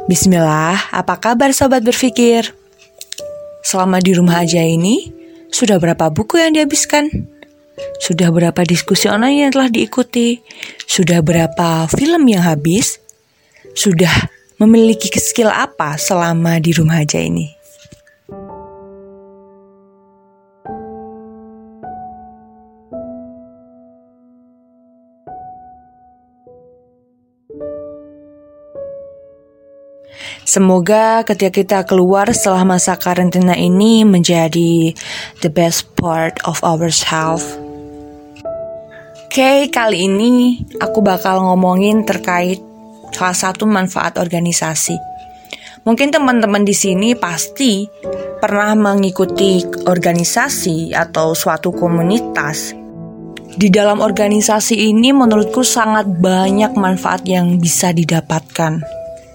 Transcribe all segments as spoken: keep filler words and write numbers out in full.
Bismillah, apa kabar sobat berpikir? Selama di rumah aja ini, sudah berapa buku yang dihabiskan? Sudah berapa diskusi online yang telah diikuti? Sudah berapa film yang habis? Sudah memiliki skill apa selama di rumah aja ini? Semoga ketika kita keluar setelah masa karantina ini menjadi the best part of ourselves. Oke, okay, kali ini aku bakal ngomongin terkait salah satu manfaat organisasi. Mungkin teman-teman di sini pasti pernah mengikuti organisasi atau suatu komunitas. Di dalam organisasi ini menurutku sangat banyak manfaat yang bisa didapatkan.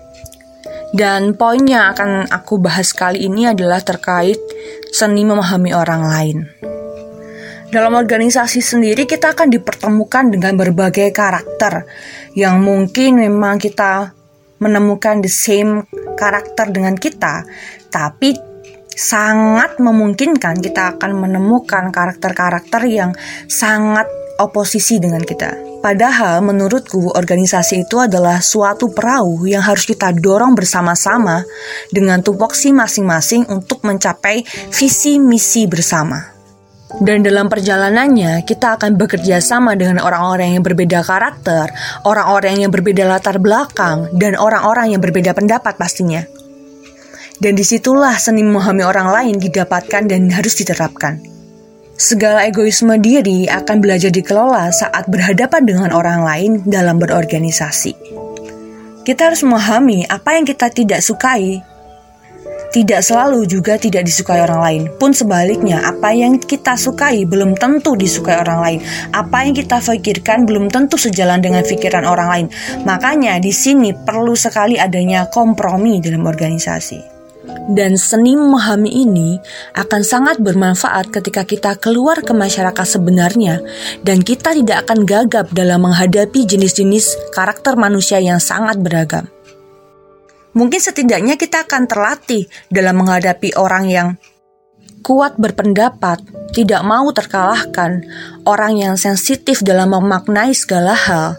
Dan poin yang akan aku bahas kali ini adalah terkait seni memahami orang lain. Dalam organisasi sendiri kita akan dipertemukan dengan berbagai karakter yang mungkin memang kita menemukan the same karakter dengan kita, tapi sangat memungkinkan kita akan menemukan karakter-karakter yang sangat oposisi dengan kita. Padahal menurutku organisasi itu adalah suatu perahu yang harus kita dorong bersama-sama dengan tupoksi masing-masing untuk mencapai visi misi bersama. Dan dalam perjalanannya kita akan bekerja sama dengan orang-orang yang berbeda karakter, orang-orang yang berbeda latar belakang, dan orang-orang yang berbeda pendapat pastinya. Dan disitulah seni memahami orang lain didapatkan dan harus diterapkan. Segala egoisme diri akan belajar dikelola saat berhadapan dengan orang lain dalam berorganisasi. Kita harus memahami apa yang kita tidak sukai. Tidak selalu juga tidak disukai orang lain. Pun sebaliknya, apa yang kita sukai belum tentu disukai orang lain. Apa yang kita pikirkan belum tentu sejalan dengan pikiran orang lain. Makanya di sini perlu sekali adanya kompromi dalam organisasi. Dan seni memahami ini akan sangat bermanfaat ketika kita keluar ke masyarakat sebenarnya dan kita tidak akan gagap dalam menghadapi jenis-jenis karakter manusia yang sangat beragam. Mungkin setidaknya kita akan terlatih dalam menghadapi orang yang kuat berpendapat, tidak mau terkalahkan, orang yang sensitif dalam memaknai segala hal,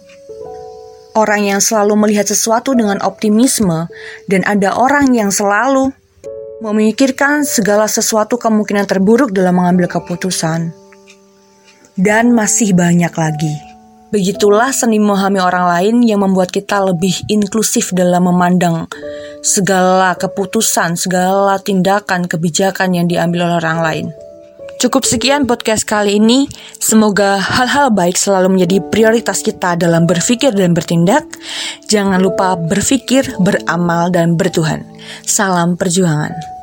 orang yang selalu melihat sesuatu dengan optimisme, dan ada orang yang selalu memikirkan segala sesuatu kemungkinan terburuk dalam mengambil keputusan. Dan masih banyak lagi. Begitulah seni memahami orang lain yang membuat kita lebih inklusif dalam memandang segala keputusan, segala tindakan, kebijakan yang diambil oleh orang lain. Cukup sekian podcast kali ini. Semoga hal-hal baik selalu menjadi prioritas kita dalam berpikir dan bertindak. Jangan lupa berpikir, beramal, dan bertuhan. Salam perjuangan.